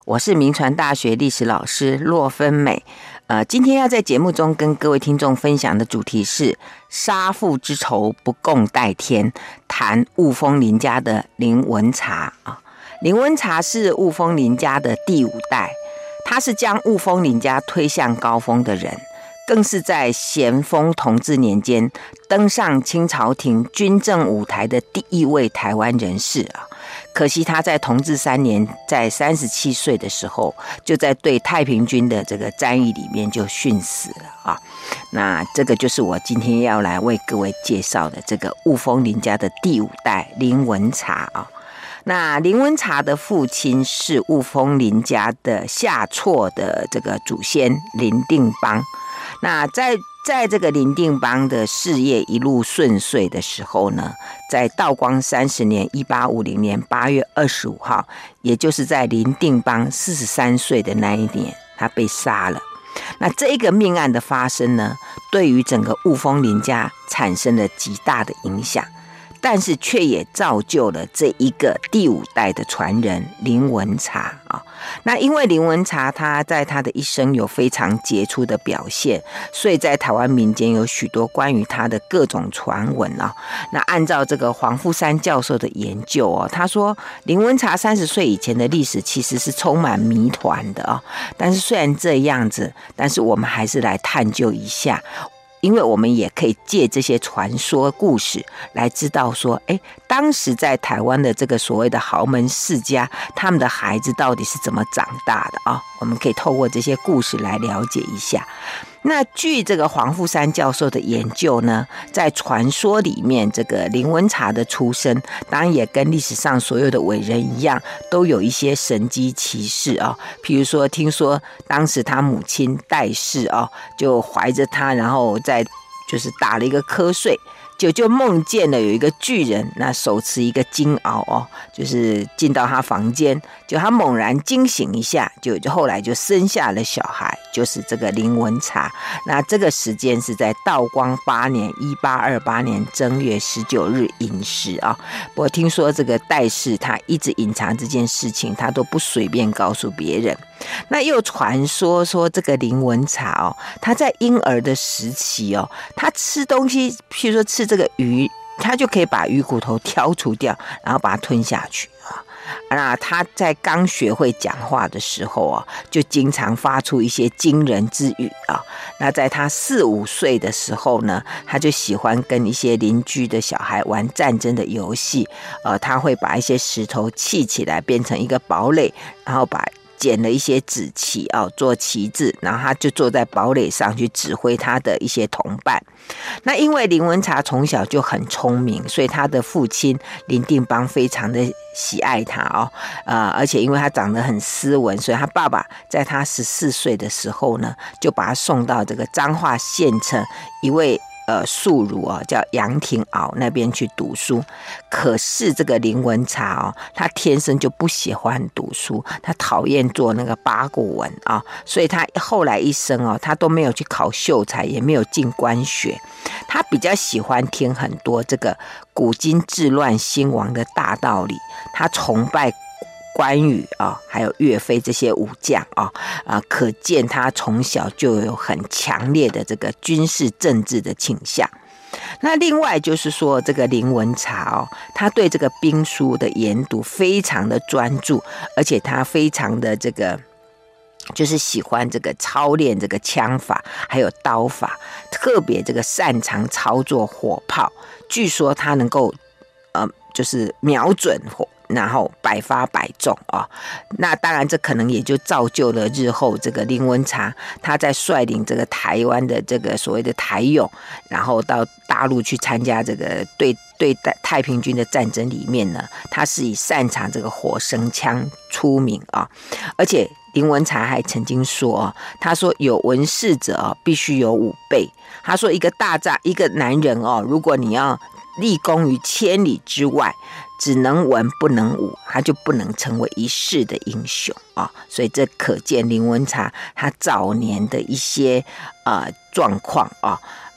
我是铭传大学历史老师骆芬美。今天要在节目中跟各位听众分享的主题是杀父之仇不共戴天，谈雾峰林家的林文茶啊。林文茶是雾峰林家的第5代，他是将雾峰林家推向高峰的人，更是在咸丰同治年间登上清朝廷军政舞台的第1位台湾人士啊。可惜他在同治3年，在37岁的时候，就在对太平军的这个战役里面就殉死了啊。那这个就是我今天要来为各位介绍的这个雾峰林家的第5代林文茶啊。那林文茶的父亲是雾峰林家的下措的这个祖先林定邦。那在这个林定邦的事业一路顺遂的时候呢，在道光30年1850年8月25号，也就是在林定邦43岁的那一年，他被杀了。那这个命案的发生呢，对于整个雾峰林家产生了极大的影响，但是却也造就了这一个第5代的传人林文茶啊。那因为林文茶他在他的一生有非常杰出的表现，所以在台湾民间有许多关于他的各种传闻啊。那按照这个黄富山教授的研究哦，他说林文茶30岁以前的历史其实是充满谜团的啊。但是虽然这样子，但是我们还是来探究一下。因为我们也可以借这些传说故事来知道说，当时在台湾的这个所谓的豪门世家，他们的孩子到底是怎么长大的啊？我们可以透过这些故事来了解一下。那据这个黄富山教授的研究呢，在传说里面，这个林文茶的出生，当然也跟历史上所有的伟人一样，都有一些神机奇事啊。譬如说，听说当时他母亲戴氏啊，就怀着他，然后就是打了一个瞌睡。就梦见了有一个巨人，那手持一个金鳌哦，就是进到他房间，就他猛然惊醒一下，就后来就生下了小孩，就是这个林文茶。那这个时间是在道光8年1828年正月19日寅时啊。不过听说这个戴氏他一直隐藏这件事情，他都不随便告诉别人。那又传说这个林文茶哦，他在婴儿的时期哦，他吃东西，譬如说吃这个鱼，他就可以把鱼骨头挑除掉，然后把它吞下去啊。那他在刚学会讲话的时候啊，就经常发出一些惊人之语啊。那在他4、5岁的时候呢，他就喜欢跟一些邻居的小孩玩战争的游戏，他会把一些石头砌起来变成一个堡垒，然后捡了一些纸旗做旗帜，然后他就坐在堡垒上去指挥他的一些同伴。那因为林文茶从小就很聪明，所以他的父亲林定邦非常的喜爱他而且因为他长得很斯文，所以他爸爸在他14岁的时候呢，就把他送到这个彰化县城一位庶儒叫杨廷敖那边去读书。可是这个林文茶他天生就不喜欢读书，他讨厌做那个八股文所以他后来一生他都没有去考秀才，也没有进官学。他比较喜欢听很多这个古今治乱兴亡的大道理，他崇拜关羽还有岳飞这些武将可见他从小就有很强烈的这个军事政治的倾向。那另外就是说，这个林文茶他对这个兵书的研读非常的专注，而且他非常的这个就是喜欢这个操练这个枪法还有刀法，特别这个擅长操作火炮。据说他能够就是瞄准火，然后百发百中那当然这可能也就造就了日后这个林文茶他在率领这个台湾的这个所谓的台勇，然后到大陆去参加这个对太平军的战争里面呢，他是以擅长这个火绳枪出名而且林文茶还曾经说他说有文士者必须有武备。他说一个男人如果你要立功于千里之外，只能文不能武，他就不能成为一世的英雄所以这可见林文茶他早年的一些状况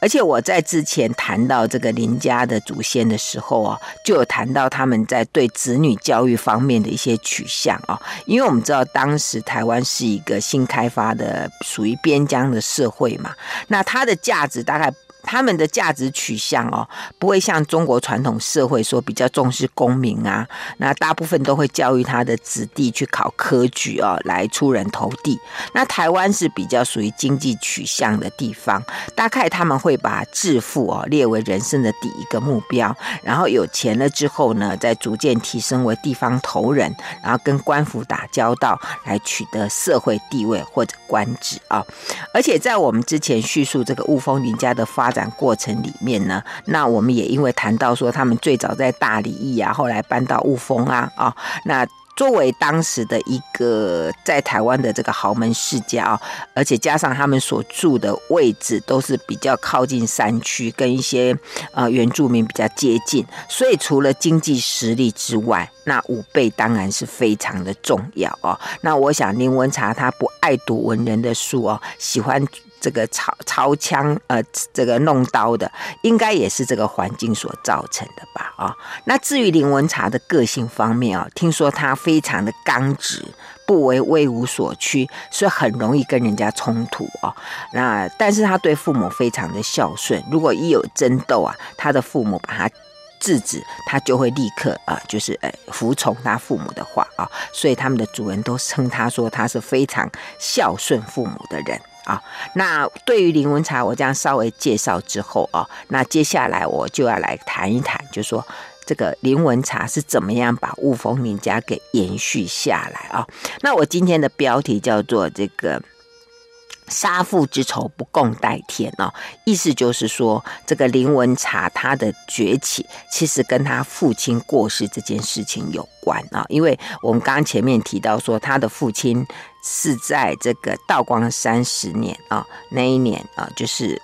而且我在之前谈到这个林家的祖先的时候啊，就有谈到他们在对子女教育方面的一些取向啊。因为我们知道当时台湾是一个新开发的属于边疆的社会嘛，那它的价值大概他们的价值取向哦，不会像中国传统社会说比较重视功名啊，那大部分都会教育他的子弟去考科举哦，来出人头地。那台湾是比较属于经济取向的地方，大概他们会把致富哦列为人生的第一个目标，然后有钱了之后呢，再逐渐提升为地方头人，然后跟官府打交道，来取得社会地位或者官职啊。而且在我们之前叙述这个雾峰林家的发展过程里面呢，那我们也因为谈到说他们最早在大里邑啊，后来搬到雾峰啊，那作为当时的一个在台湾的这个豪门世家而且加上他们所住的位置都是比较靠近山区，跟一些原住民比较接近，所以除了经济实力之外，那武备当然是非常的重要那我想林文茶他不爱读文人的书喜欢这个操枪这个弄刀的，应该也是这个环境所造成的吧那至于林文茶的个性方面听说他非常的刚直，不为威武所屈，所以很容易跟人家冲突那但是他对父母非常的孝顺，如果一有争斗他的父母把他制止，他就会立刻就是服从他父母的话所以他们的主人都称他说他是非常孝顺父母的人那对于林文茶我这样稍微介绍之后那接下来我就要来谈一谈，就是说这个林文茶是怎么样把雾峰林家给延续下来那我今天的标题叫做这个杀父之仇不共戴天意思就是说这个林文茶他的崛起其实跟他父亲过世这件事情有关因为我们刚刚前面提到说他的父亲是在这个道光30年那一年就是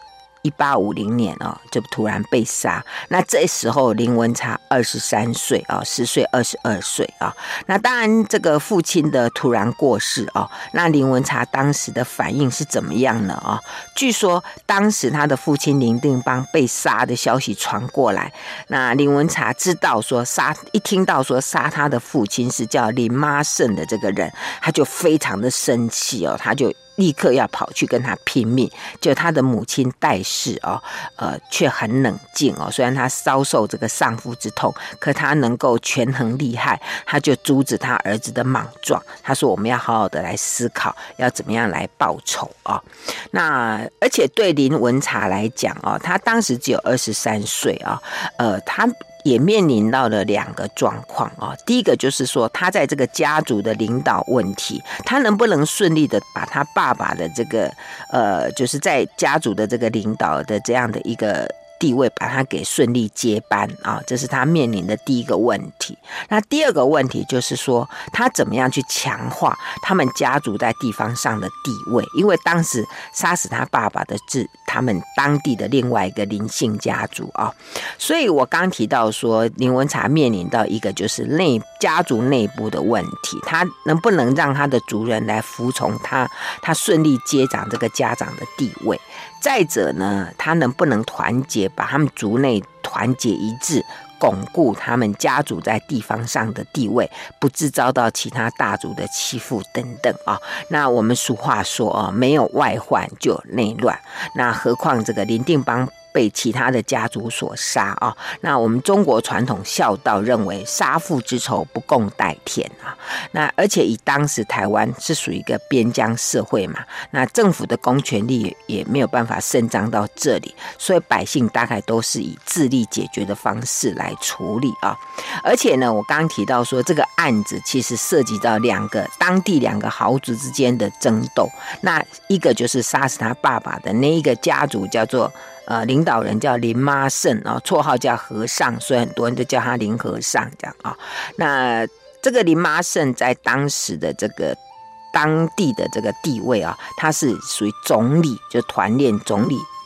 1850年就突然被杀。那这时候林文茶23岁10岁22岁那当然这个父亲的突然过世那林文茶当时的反应是怎么样呢据说当时他的父亲林定邦被杀的消息传过来，那林文茶知道说一听到说杀他的父亲是叫林妈胜的这个人，他就非常的生气他就立刻要跑去跟他拼命，就他的母亲戴氏却很冷静虽然他遭受这个丧夫之痛，可他能够权衡利害，他就阻止他儿子的莽撞。他说我们要好好的来思考，要怎么样来报仇那而且对林文茶来讲他当时只有23岁他也面临到了2个状况第一个就是说他在这个家族的领导问题，他能不能顺利的把他爸爸的这个就是在家族的这个领导的这样的一个地位把他给顺利接班这是他面临的第一个问题。那第二个问题就是说他怎么样去强化他们家族在地方上的地位，因为当时杀死他爸爸的是他们当地的另外一个林姓家族所以我刚提到说林文茶面临到一个就是家族内部的问题，他能不能让他的族人来服从他顺利接掌这个家长的地位，再者呢他能不能团结把他们族内团结一致，巩固他们家族在地方上的地位，不致遭到其他大族的欺负等等那我们俗话说没有外患就有内乱，那何况这个林定邦被其他的家族所杀那我们中国传统孝道认为杀父之仇不共戴天那而且以当时台湾是属于一个边疆社会嘛，那政府的公权力也没有办法伸张到这里，所以百姓大概都是以自力解决的方式来处理而且呢我刚刚提到说这个案子其实涉及到当地2个豪族之间的争斗，那一个就是杀死他爸爸的那一个家族叫做领导人叫林妈胜绰号叫和尚，所以很多人都叫他林和尚这样那这个林妈胜在当时的这个当地的这个地位他是属于总理，就团练总理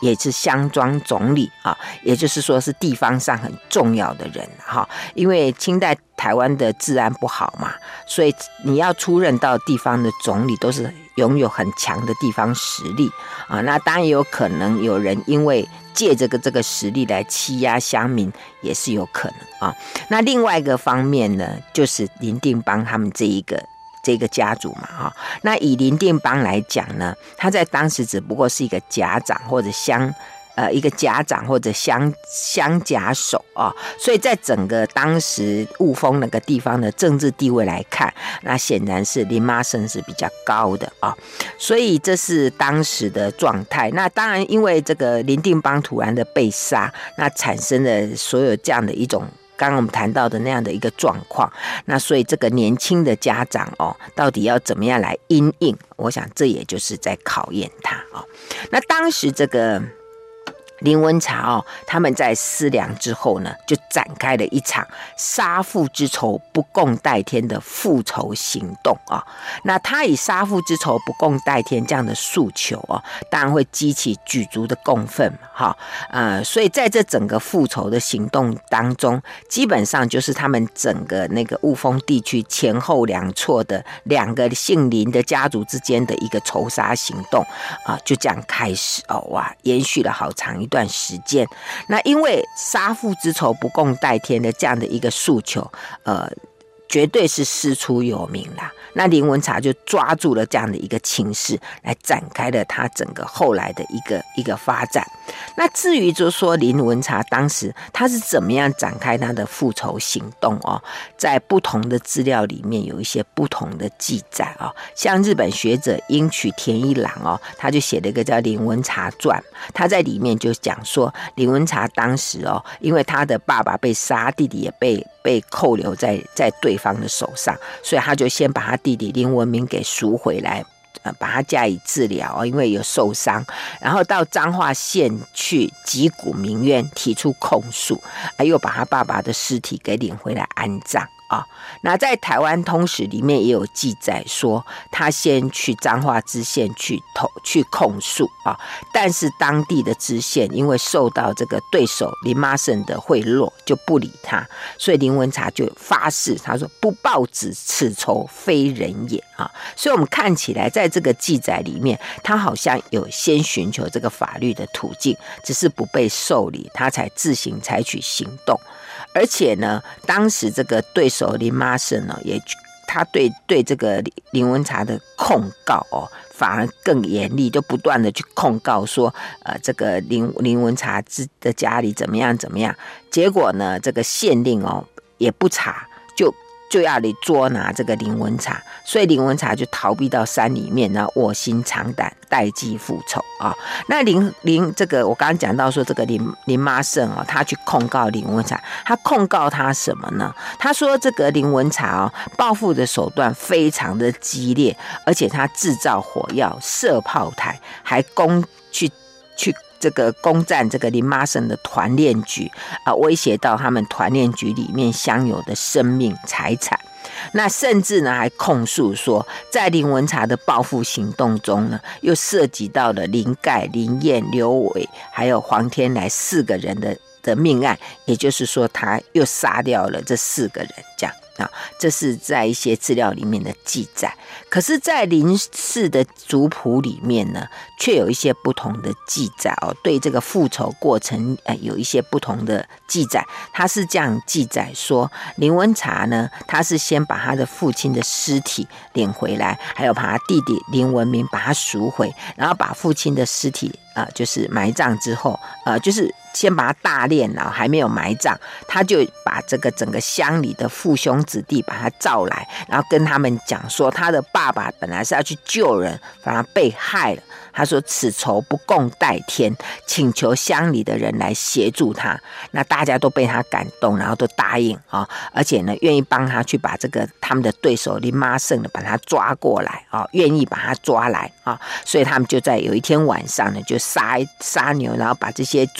也是乡庄总理啊，也就是说是地方上很重要的人哈。因为清代台湾的治安不好嘛，所以你要出任到地方的总理，都是拥有很强的地方实力啊。那当然也有可能有人因为借这个实力来欺压乡民，也是有可能啊。那另外一个方面呢，就是林定邦他们这个家族嘛哈。那以林定邦来讲呢，他在当时只不过是一个甲长或者一个甲长或者乡甲首啊，所以在整个当时雾峰那个地方的政治地位来看，那显然是林妈生是比较高的啊，所以这是当时的状态。那当然，因为这个林定邦突然的被杀，那产生了所有这样的一种。刚刚我们谈到的那样的一个状况，那所以这个年轻的家长到底要怎么样来因应？我想这也就是在考验他那当时这个林文茶他们在思量之后呢，就展开了一场杀父之仇不共戴天的复仇行动那他以杀父之仇不共戴天这样的诉求当然会激起举族的共愤所以在这整个复仇的行动当中，基本上就是他们整个那个雾峰地区前后两错的两个姓林的家族之间的一个仇杀行动就这样开始延续了好长一段时间。那因为杀父之仇不共戴天的这样的一个诉求绝对是师出有名啦。那林文茶就抓住了这样的一个情势，来展开了他整个后来的一个发展。那至于就是说林文茶当时他是怎么样展开他的复仇行动在不同的资料里面有一些不同的记载像日本学者樱取田一郎他就写了一个叫林文茶传，他在里面就讲说林文茶当时因为他的爸爸被杀，弟弟也被扣留在对方的手上，所以他就先把他弟弟林文明给赎回来，把他加以治疗，因为有受伤，然后到彰化县去击鼓鸣冤，提出控诉，又把他爸爸的尸体给领回来安葬那在台湾通史里面也有记载说，他先去彰化知县去控诉但是当地的知县因为受到这个对手林妈生的贿赂，就不理他，所以林文茶就发誓，他说不报子此仇非人也所以我们看起来在这个记载里面，他好像有先寻求这个法律的途径，只是不被受理，他才自行采取行动。而且呢，当时这个对手林妈生他对这个林文茶的控告反而更严厉，就不断的去控告说这个林文茶的家里怎么样，结果呢这个县令也不查，就要来捉拿这个林文茶，所以林文茶就逃避到山里面，然后卧薪尝胆，待机复仇那这个我刚刚讲到说，这个林妈生他去控告林文茶，他控告他什么呢？他说这个林文茶报复的手段非常的激烈，而且他制造火药、设炮台，还去这个攻占这个林妈生的团练局威胁到他们团练局里面享有的生命财产。那甚至呢还控诉说，在林文茶的报复行动中呢，又涉及到了林盖、林燕、刘伟还有黄天来4个人的命案，也就是说他又杀掉了这4个人，这样这是在一些资料里面的记载。可是在林氏的族谱里面呢，却有一些不同的记载对这个复仇过程有一些不同的记载。他是这样记载说，林文茶呢，他是先把他的父亲的尸体领回来，还有把他弟弟林文明把他赎回，然后把父亲的尸体就是埋葬之后就是先把他大殓还没有埋葬，他就把这个整个乡里的父兄子弟把他召来，然后跟他们讲说，他的爸爸本来是要去救人，反而被害了。他说此仇不共戴天，请求乡里的人来协助他。那大家都被他感动，然后都答应而且呢愿意帮他去把这个他们的对手林妈生的把他抓过来愿意把他抓来所以他们就在有一天晚上呢，就杀牛，然后把这些族人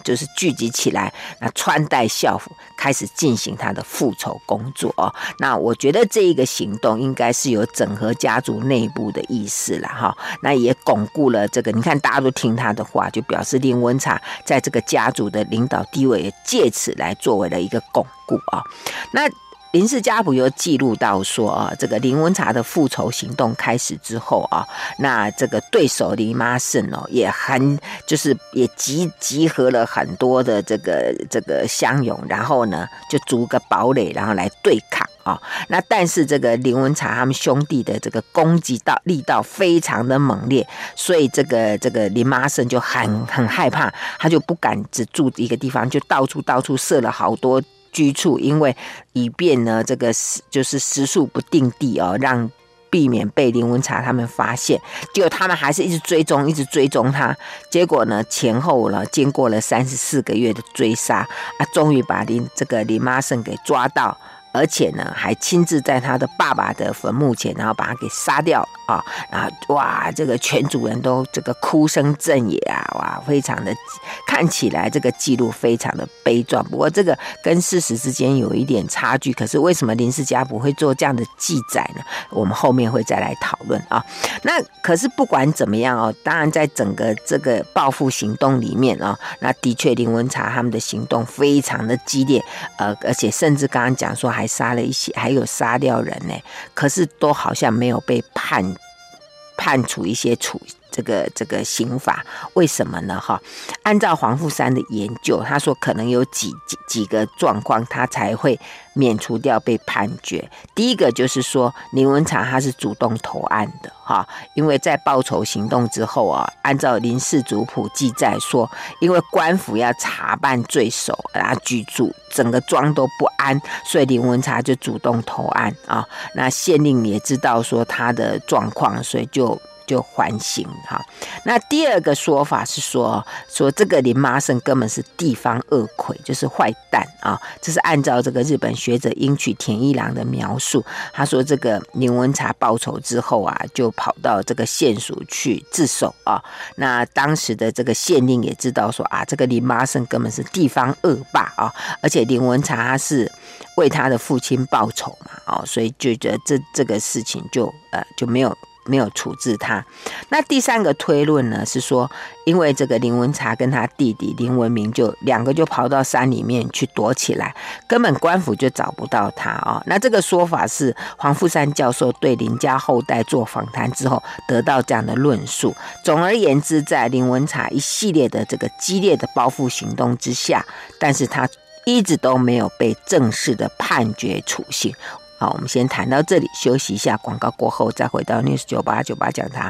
就是聚集起来，那穿戴校服，开始进行他的复仇工作哦。那我觉得这一个行动应该是有整合家族内部的意思啦哈。那也巩固了这个，你看大家都听他的话，就表示林文茶在这个家族的领导地位，也借此来作为了一个巩固啊。那林氏家谱又记录到说这个林文茶的复仇行动开始之后那这个对手林妈胜也也集合了很多的这个乡勇，然后呢就筑个堡垒，然后来对抗那但是这个林文茶他们兄弟的这个攻击力道非常的猛烈，所以这个林妈胜就很害怕，他就不敢只住一个地方，就到处设了好多居处，因为以便呢这个就是食宿不定地让避免被林文茶他们发现。结果他们还是一直追踪他，结果呢前后呢经过了34个月的追杀终于把林妈胜给抓到，而且呢还亲自在他的爸爸的坟墓前，然后把他给杀掉然后哇，这个全族人都这个哭声震野哇，非常的看起来这个记录非常的悲壮。不过这个跟事实之间有一点差距，可是为什么林氏家谱会做这样的记载呢？我们后面会再来讨论那可是不管怎么样当然在整个这个报复行动里面那的确林文茶他们的行动非常的激烈，而且甚至刚刚讲说还有杀掉人呢，可是都好像没有被判处一些这个刑罚。为什么呢按照黄富山的研究，他说可能有几个状况他才会免除掉被判决。第一个就是说林文茶他是主动投案的因为在报仇行动之后按照林氏族谱记载说，因为官府要查办罪首居住，整个庄都不安，所以林文茶就主动投案那县令也知道说他的状况，所以就缓刑那第二个说法是说这个林妈胜根本是地方恶魁，就是坏蛋这是按照这个日本学者樱取田一郎的描述。他说这个林文茶报仇之后就跑到这个县署去自首那当时的这个县令也知道说这个林妈胜根本是地方恶霸而且林文茶他是为他的父亲报仇嘛所以就觉得这个事情就没有处置他。那第三个推论呢是说，因为这个林文茶跟他弟弟林文明两个就跑到山里面去躲起来，根本官府就找不到他那这个说法是黄富山教授对林家后代做访谈之后得到这样的论述。总而言之，在林文茶一系列的这个激烈的报复行动之下，但是他一直都没有被正式的判决处刑。好，我们先谈到这里，休息一下，广告过后再回到 News98 讲堂。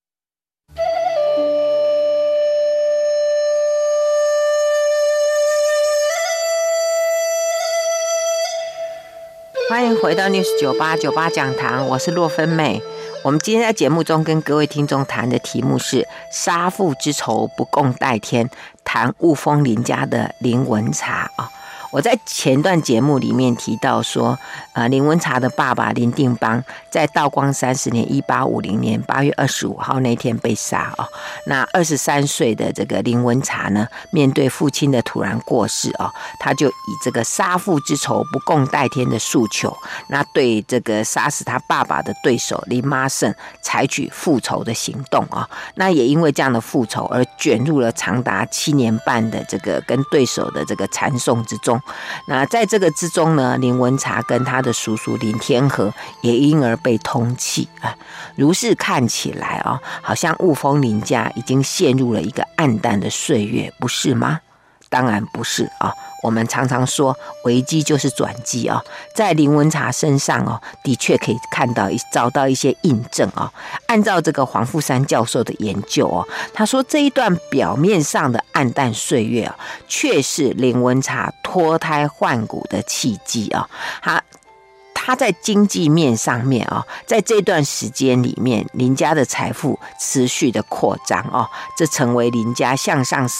欢迎回到 News98 讲堂，我是洛芬美。我们今天在节目中跟各位听众谈的题目是杀父之仇不共戴天，谈雾峰林家的林文茶我在前段节目里面提到说林文茶的爸爸林定邦在道光30年1850年8月25号那天被杀那23岁的这个林文茶呢，面对父亲的突然过世他就以这个杀父之仇不共戴天的诉求，那对这个杀死他爸爸的对手林妈胜采取复仇的行动那也因为这样的复仇而卷入了长达7年半的这个跟对手的这个缠讼之中。那在这个之中呢，林文茶跟他的叔叔林天和也因而被通缉如是看起来好像雾峰林家已经陷入了一个暗淡的岁月，不是吗？当然不是我们常常说危机就是转机在林文茶身上的确可以找到一些印证按照这个黄富山教授的研究他说这一段表面上的暗淡岁月却是林文茶脱胎换骨的契机他在经济面上面在这段时间里面，林家的财富持续的扩张这成为林家向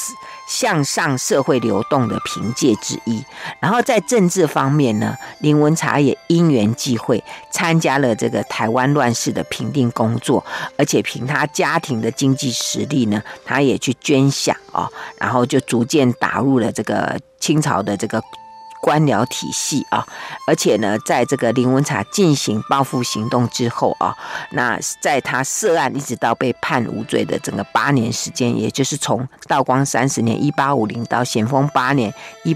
向上社会流动的凭借之一。然后在政治方面呢，林文茶也因缘际会参加了这个台湾乱世的平定工作，而且凭他家庭的经济实力呢，他也去捐饷哦，然后就逐渐打入了这个清朝的这个官僚体系啊，而且呢，在这个林文茶进行报复行动之后啊，那在他涉案一直到被判无罪的整个8年时间，也就是从道光30年1850到咸丰8年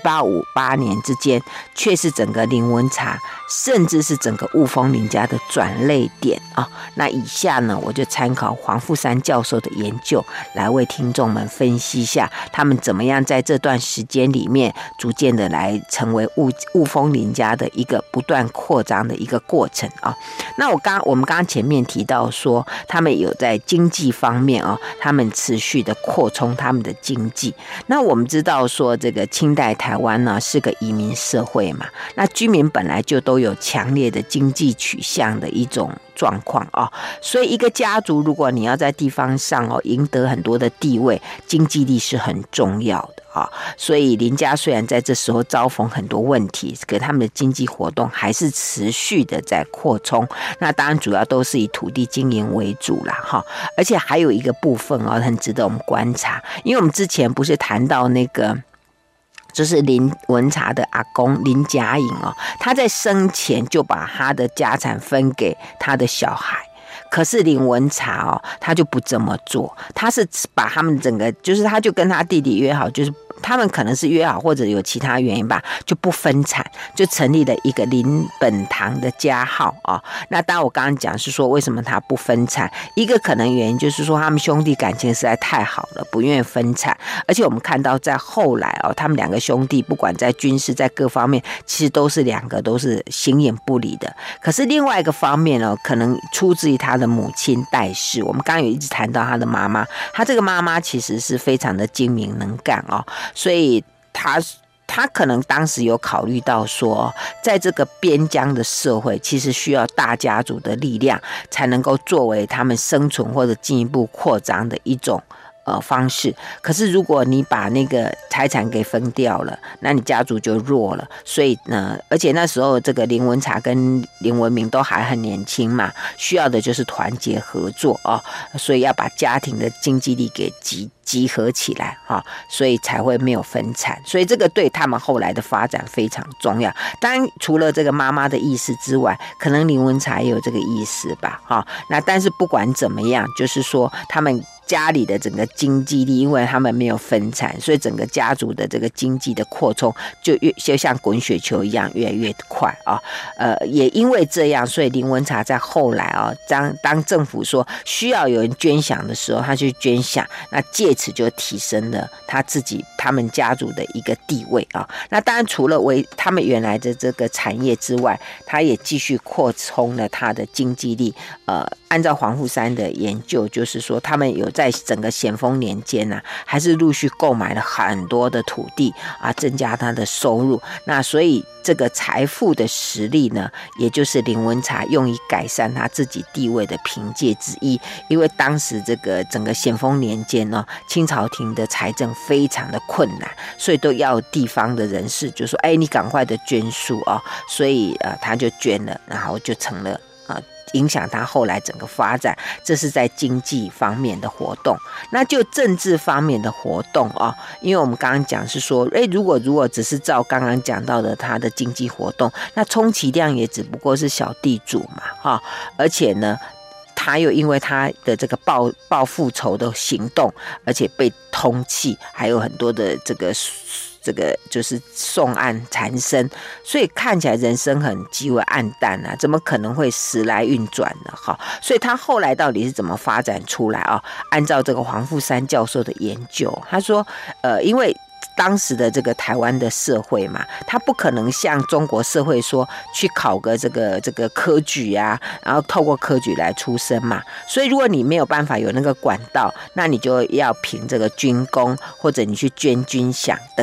1858年之间，却是整个林文茶甚至是整个雾峰林家的转捩点啊。那以下呢，我就参考黄富山教授的研究，来为听众们分析一下他们怎么样在这段时间里面逐渐的来成为雾峰林家的一个不断扩张的一个过程啊。那我们刚刚前面提到说，他们有在经济方面啊，他们持续的扩充他们的经济。那我们知道说，这个清代台湾呢是个移民社会嘛，那居民本来就都有强烈的经济取向的一种状况啊，所以一个家族如果你要在地方上哦赢得很多的地位，经济力是很重要的啊。所以林家虽然在这时候遭逢很多问题，可他们的经济活动还是持续的在扩充。那当然主要都是以土地经营为主啦哈，而且还有一个部分哦很值得我们观察，因为我们之前不是谈到那个。就是林文茶的阿公林甲颖哦，他在生前就把他的家产分给他的小孩。可是林文茶哦，他就不这么做，他是把他们整个，就是他就跟他弟弟约好，就是他们可能是约好，或者有其他原因吧，就不分产，就成立了一个林本堂的家号啊。那当然我刚刚讲是说，为什么他不分产？一个可能原因就是说，他们兄弟感情实在太好了，不愿意分产。而且我们看到在后来哦，他们两个兄弟不管在军事在各方面，其实都是两个都是形影不离的。可是另外一个方面哦，可能出自于他的母亲戴氏。我们刚刚有一直谈到他的妈妈，他这个妈妈其实是非常的精明能干哦。所以他可能当时有考虑到说，在这个边疆的社会，其实需要大家族的力量，才能够作为他们生存或者进一步扩张的一种方式。可是如果你把那个财产给分掉了，那你家族就弱了。所以呢，而且那时候这个林文茶跟林文明都还很年轻嘛，需要的就是团结合作哦，所以要把家庭的经济力给集合起来哈，所以才会没有分产。所以这个对他们后来的发展非常重要。当然除了这个妈妈的意思之外，可能林文茶也有这个意思吧哈。那但是不管怎么样，就是说他们家里的整个经济力，因为他们没有分产，所以整个家族的这个经济的扩充就像滚雪球一样越来越快啊。也因为这样，所以林文茶在后来啊，当政府说需要有人捐饷的时候，他就捐饷，那借此就提升了他们家族的一个地位啊。那当然除了为他们原来的这个产业之外，他也继续扩充了他的经济力。按照黄富山的研究，就是说他们有在整个咸丰年间啊，还是陆续购买了很多的土地啊，增加他的收入。那所以这个财富的实力呢，也就是林文茶用以改善他自己地位的凭借之一。因为当时这个整个咸丰年间呢，清朝廷的财政非常的困难，所以都要地方的人士就说：“哎，你赶快的捐书哦。”所以他就捐了，然后就成了影响他后来整个发展。这是在经济方面的活动。那就政治方面的活动啊，因为我们刚刚讲是说，如果只是照刚刚讲到的他的经济活动，那充其量也只不过是小地主嘛哈。而且呢，他又因为他的这个报复仇的行动，而且被通缉，还有很多的这个就是送案缠身，所以看起来人生很极为暗淡啊，怎么可能会时来运转呢？哈，所以他后来到底是怎么发展出来啊？按照这个黄富山教授的研究，他说，因为当时的这个台湾的社会嘛，他不可能像中国社会说去考个这个科举啊，然后透过科举来出身嘛。所以如果你没有办法有那个管道，那你就要凭这个军功，或者你去捐军饷等等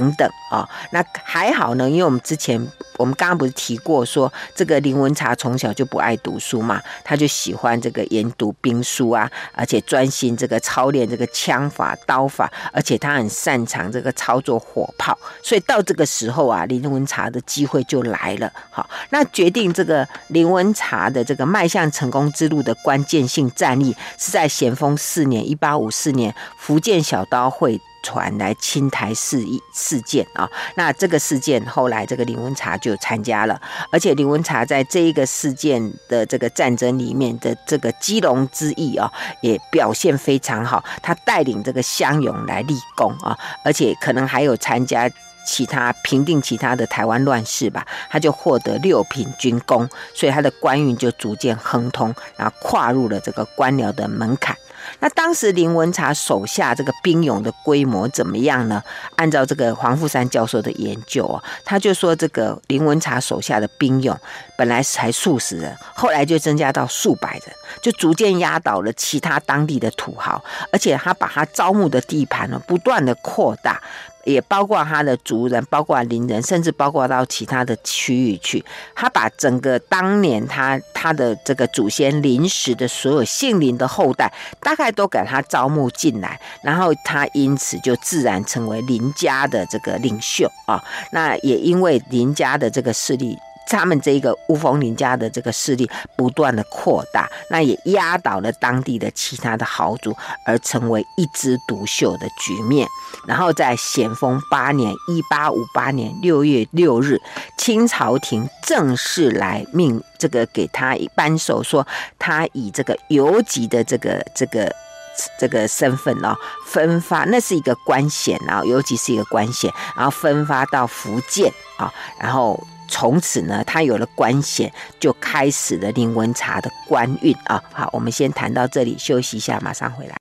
那还好呢，因为我们刚刚不是提过说，这个林文茶从小就不爱读书嘛，他就喜欢这个研读兵书啊，而且专心这个操练这个枪法、刀法，而且他很擅长这个操作火炮，所以到这个时候啊，林文茶的机会就来了。好，那决定这个林文茶的这个迈向成功之路的关键性战役，是在咸丰4年1854年福建小刀会传来侵台事件啊，那这个事件后来这个林文茶就参加了，而且林文茶在这一个事件的这个战争里面的这个基隆之役啊，也表现非常好，他带领这个乡勇来立功啊，而且可能还有参加平定其他的台湾乱世吧，他就获得6品军功，所以他的官运就逐渐亨通，然后跨入了这个官僚的门槛。那当时林文茶手下这个兵勇的规模怎么样呢？按照这个黄富山教授的研究他就说这个林文茶手下的兵勇本来才数十人，后来就增加到数百人，就逐渐压倒了其他当地的土豪，而且他把他招募的地盘不断的扩大，也包括他的族人，包括邻人，甚至包括到其他的区域去。他把整个当年他的这个祖先林氏的所有姓林的后代，大概都给他招募进来，然后他因此就自然成为林家的这个领袖啊。那也因为林家的这个势力，他们这个雾峰林家的这个势力不断的扩大，那也压倒了当地的其他的豪族，而成为一枝独秀的局面。然后在咸丰8年1858年6月6日，清朝廷正式来这个给他颁授，说他以这个游击的这个身份分发，那是一个官衔尤其是一个官衔，然后分发到福建然后从此呢，他有了官衔，就开始了林文茶的官运好，我们先谈到这里，休息一下，马上回来。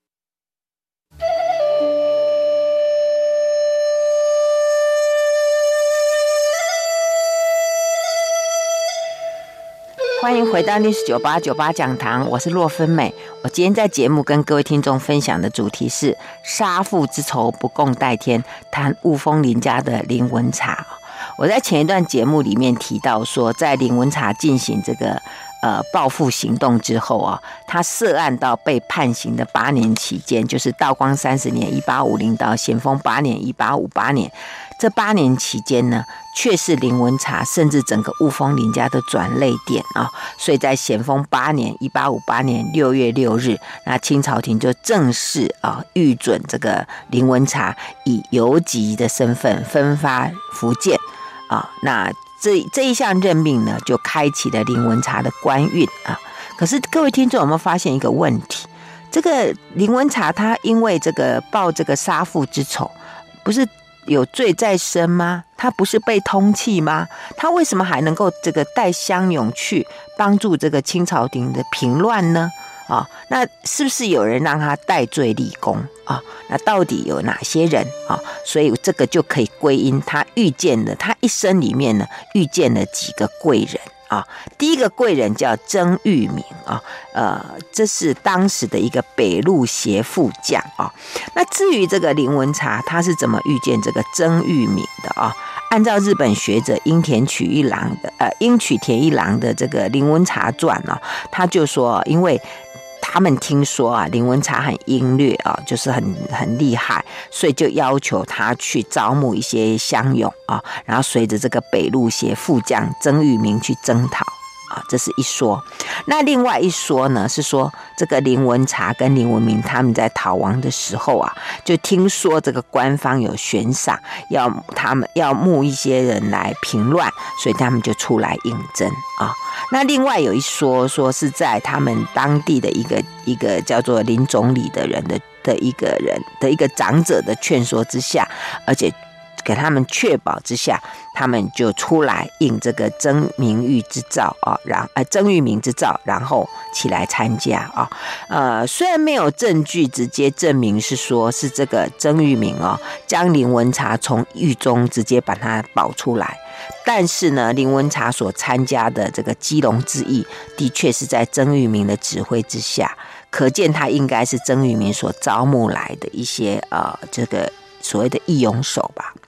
欢迎回到历史9898讲堂，我是洛芬美。我今天在节目跟各位听众分享的主题是杀父之仇不共戴天，谈雾峰林家的林文茶。我在前一段节目里面提到说，在林文茶进行这个报复行动之后他涉案到被判刑的8年期间，就是道光30年1850到咸丰8年1858年，这8年期间呢，却是林文茶甚至整个雾峰林家的转捩点所以在咸丰8年1858年6月6日，那清朝廷就正式预准这个林文茶以游击的身份分发福建那这一项任命呢，就开启了林文茶的官运可是各位听众有没有发现一个问题？这个林文茶他因为这个报这个杀父之仇，不是有罪在身吗？他不是被通缉吗？他为什么还能够这个带乡勇去帮助这个清朝廷的平乱呢？那是不是有人让他戴罪立功那到底有哪些人所以这个就可以归因他遇见了，他一生里面呢遇见了几个贵人第一个贵人叫曾玉明这是当时的一个北路协副将那至于这个林文茶他是怎么遇见这个曾玉明的按照日本学者樱田田一郎的这个林文茶传他就说，因为他们听说林文茶很英略就是很厉害，所以就要求他去招募一些乡勇然后随着这个北路协副将曾玉明去征讨这是一说。那另外一说呢，是说这个林文茶跟林文明他们在逃亡的时候就听说这个官方有悬赏，他们要募一些人来平乱，所以他们就出来应征那另外有一说是在他们当地的一个叫做林总理的人的一个长者的劝说之下，而且给他们确保之下，他们就出来应这个曾玉明之召然后起来参加虽然没有证据直接证明是说是这个曾玉明将林文茶从狱中直接把他保出来，但是呢，林文茶所参加的这个基隆之役，的确是在曾玉明的指挥之下，可见他应该是曾玉明所招募来的一些这个所谓的义勇手吧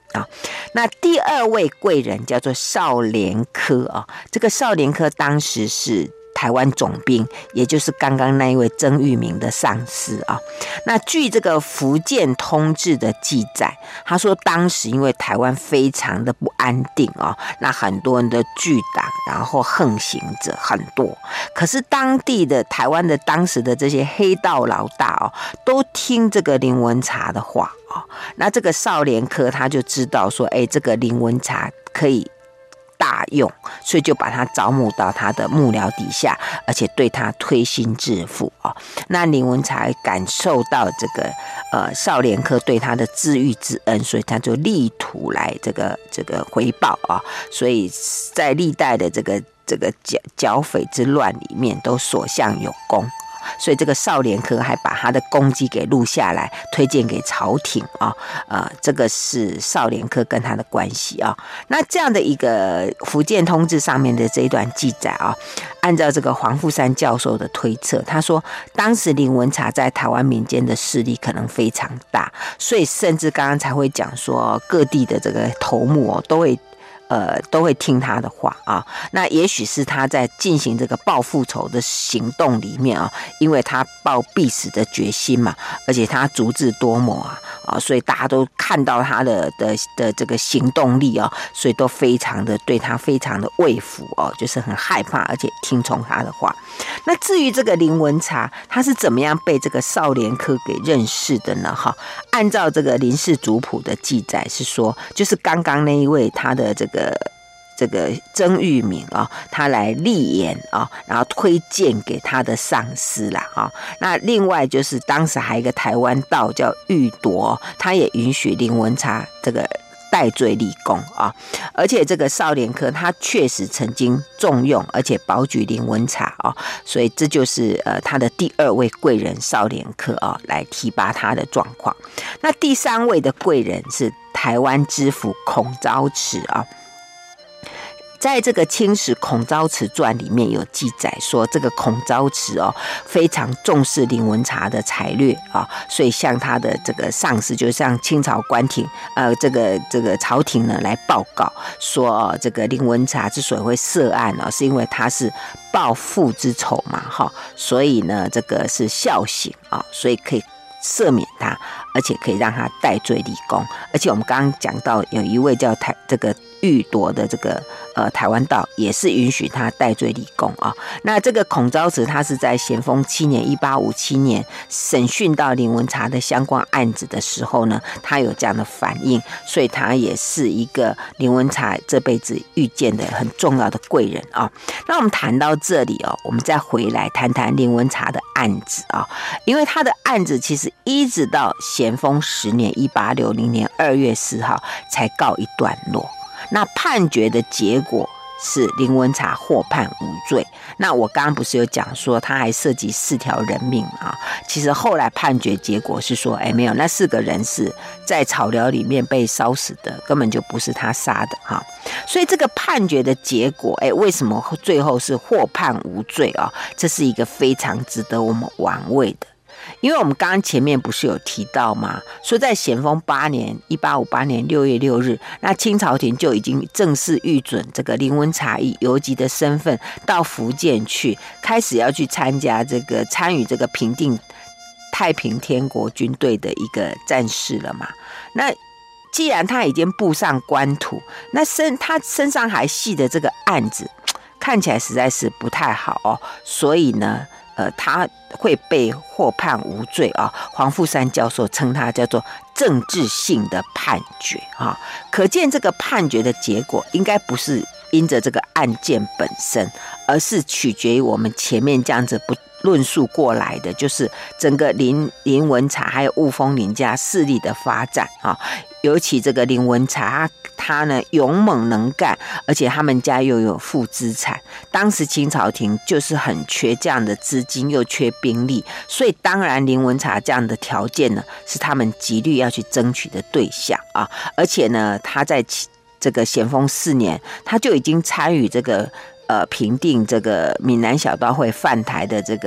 啊。那第二位贵人叫做少年科啊，这个少年科当时是台湾总兵，也就是刚刚那一位曾玉明的上司啊。那据这个福建通志的记载，他说当时因为台湾非常的不安定啊，那很多人的巨党，然后横行者很多，可是当地的台湾的当时的这些黑道老大哦，都听这个林文茶的话哦。那这个少年科他就知道说，这个林文茶可以大用，所以就把他招募到他的幕僚底下，而且对他推心置腹哦。那林文茶感受到这个少年科对他的知遇之恩，所以他就力图来这个回报啊。所以在历代的这个剿匪之乱里面，都所向有功。所以这个少年科还把他的功绩给录下来，推荐给朝廷啊。这个是少年科跟他的关系啊。那这样的一个福建通志上面的这一段记载啊，按照这个黄富山教授的推测，他说当时林文茶在台湾民间的势力可能非常大，所以甚至刚刚才会讲说各地的这个头目哦都会听他的话啊。那也许是他在进行这个报复仇的行动里面啊，因为他报必死的决心嘛，而且他足智多谋所以大家都看到他的这个行动力所以都非常的对他非常的畏服就是很害怕，而且听从他的话。那至于这个林文茶，他是怎么样被这个少年科给认识的呢？按照这个林氏族谱的记载是说，就是刚刚那一位他的这个曾玉明他来立言然后推荐给他的上司啦那另外就是当时还有一个台湾道叫玉铎，他也允许林文茶这个戴罪立功而且这个少年科他确实曾经重用而且保举林文茶所以这就是他的第二位贵人少年科来提拔他的状况。那第三位的贵人是台湾知府孔昭慈在这个《清史孔昭慈传》里面有记载说，这个孔昭慈非常重视林文茶的才略所以向他的这个上司，就向清朝官廷这个朝廷呢来报告说这个林文茶之所以会涉案是因为他是报父之仇嘛所以呢这个是孝行所以可以赦免他，而且可以让他戴罪立功。而且我们刚刚讲到有一位叫这个玉铎的这个台湾道也是允许他戴罪立功那这个孔昭慈他是在咸丰7年1857年审讯到林文茶的相关案子的时候呢，他有这样的反应，所以他也是一个林文茶这辈子遇见的很重要的贵人那我们谈到这里我们再回来谈谈林文茶的案子因为他的案子其实一直到咸丰10年1860年2月4号才告一段落。那判决的结果是林文茶获判无罪。那我刚刚不是有讲说他还涉及4条人命其实后来判决结果是说没有，那4个人是在草寮里面被烧死的，根本就不是他杀的所以这个判决的结果为什么最后是获判无罪这是一个非常值得我们玩味的。因为我们刚刚前面不是有提到吗，说在咸丰8年1858年6月6日，那清朝廷就已经正式预准这个林文茶以游击的身份到福建去，开始要去参与这个平定太平天国军队的一个战事了嘛。那既然他已经步上官途，那他身上还系的这个案子看起来实在是不太好所以呢他会被获判无罪黄富山教授称他叫做政治性的判决可见这个判决的结果应该不是因着这个案件本身，而是取决于我们前面这样子不论述过来的，就是整个林文茶还有雾峰林家势力的发展尤其这个林文茶他呢勇猛能干，而且他们家又有负资产，当时清朝廷就是很缺这样的资金，又缺兵力，所以当然林文茶这样的条件呢是他们极力要去争取的对象而且呢他在这个咸丰4年他就已经参与这个平定这个闽南小刀会犯台的这个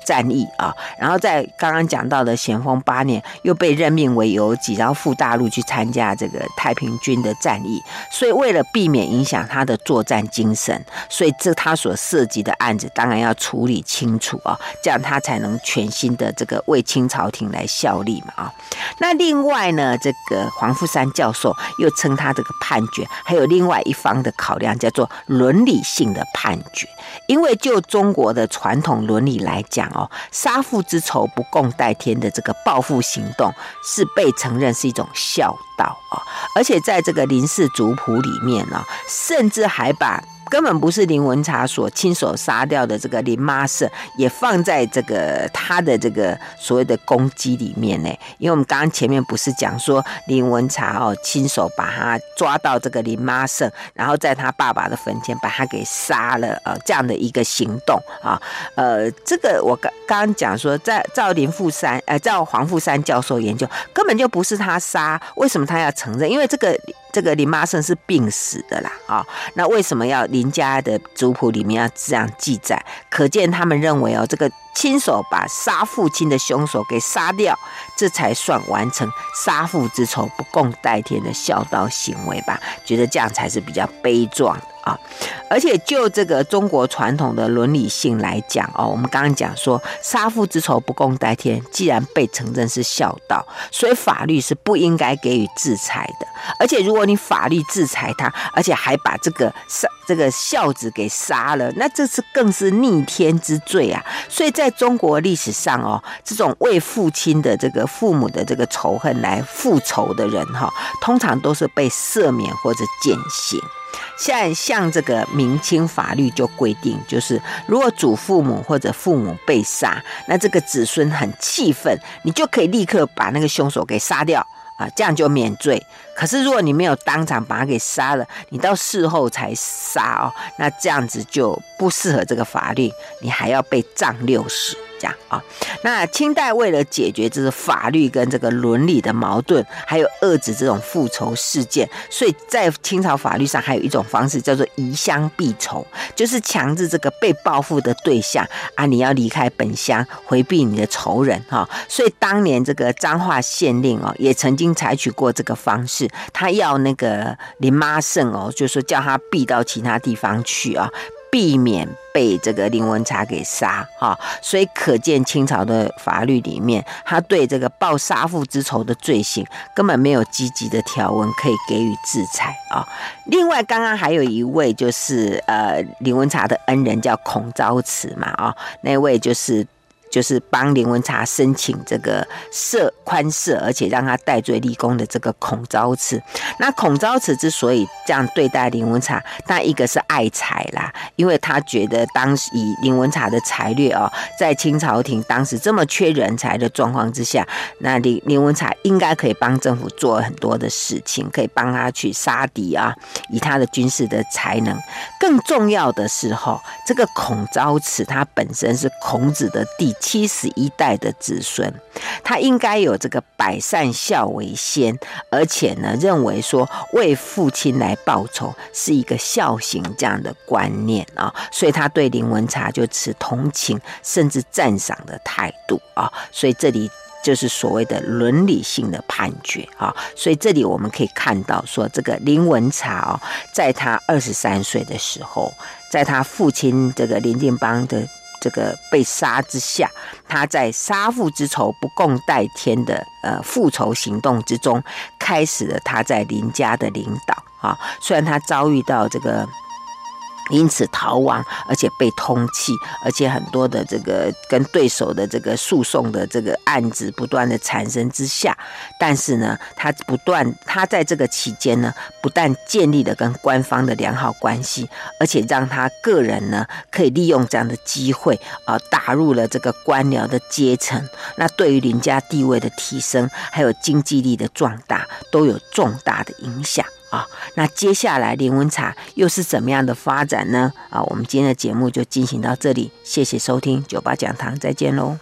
战役啊，然后在刚刚讲到的咸丰8年又被任命为游击，然后赴大陆去参加这个太平军的战役，所以为了避免影响他的作战精神，所以他所涉及的案子当然要处理清楚啊，这样他才能全心的这个为清朝廷来效力嘛啊。那另外呢，这个黄富三教授又称他这个判决还有另外一方的考量，叫做伦理性的判决。因为就中国的传统伦理来讲哦，杀父之仇不共戴天的这个报复行动是被承认是一种孝道哦，而且在这个林氏族谱里面呢，甚至还把根本不是林文茶所亲手杀掉的这个林妈胜也放在这个他的这个所谓的公鸡里面呢。因为我们刚刚前面不是讲说林文茶亲手把他抓到这个林妈胜，然后在他爸爸的坟前把他给杀了这样的一个行动啊。这个我刚刚讲说，照黄富三教授研究，根本就不是他杀，为什么他要承认？因为这个林妈胜是病死的啦啊，那为什么要林家的族谱里面要这样记载？可见他们认为这个亲手把杀父亲的凶手给杀掉，这才算完成杀父之仇不共戴天的孝道行为吧？觉得这样才是比较悲壮的啊。而且就这个中国传统的伦理性来讲我们刚刚讲说杀父之仇不共戴天，既然被承认是孝道，所以法律是不应该给予制裁的。而且如果你法律制裁他，而且还把这个孝子给杀了，那这是更是逆天之罪啊！所以在中国历史上这种为父亲的这个父母的这个仇恨来复仇的人通常都是被赦免或者减刑。像这个明清法律就规定，就是如果祖父母或者父母被杀，那这个子孙很气愤，你就可以立刻把那个凶手给杀掉这样就免罪。可是如果你没有当场把他给杀了，你到事后才杀那这样子就不适合这个法律，你还要被杖60这样那清代为了解决这个法律跟这个伦理的矛盾，还有遏制这种复仇事件，所以在清朝法律上还有一种方式叫做移乡避仇，就是强制这个被报复的对象你要离开本乡，回避你的仇人所以当年这个彰化县令也曾经采取过这个方式，他要那个林妈胜就是说叫他避到其他地方去避免被这个林文茶给杀所以可见清朝的法律里面，他对这个报杀父之仇的罪行根本没有积极的条文可以给予制裁另外刚刚还有一位就是林文茶的恩人叫孔昭慈嘛那位就是帮林文茶申请这个宽赦，而且让他戴罪立功的这个孔昭慈。那孔昭慈之所以这样对待林文茶，那一个是爱财啦，因为他觉得当时以林文茶的才略在清朝廷当时这么缺人才的状况之下，那林文茶应该可以帮政府做很多的事情，可以帮他去杀敌以他的军事的才能。更重要的是这个孔昭慈他本身是孔子的第71代的子孙，他应该有这个百善孝为先，而且呢认为说为父亲来报仇是一个孝行这样的观念所以他对林文茶就持同情甚至赞赏的态度所以这里就是所谓的伦理性的判决所以这里我们可以看到说，这个林文茶在他23岁的时候，在他父亲这个林定邦的这个被杀之下，他在杀父之仇不共戴天的复仇行动之中，开始了他在林家的领导虽然他遭遇到这个因此逃亡，而且被通缉，而且很多的这个跟对手的这个诉讼的这个案子不断的产生之下，但是呢他在这个期间呢，不但建立了跟官方的良好关系，而且让他个人呢可以利用这样的机会打入了这个官僚的阶层，那对于林家地位的提升还有经济力的壮大都有重大的影响那接下来林文茶又是怎么样的发展呢我们今天的节目就进行到这里，谢谢收听98讲堂，再见喽。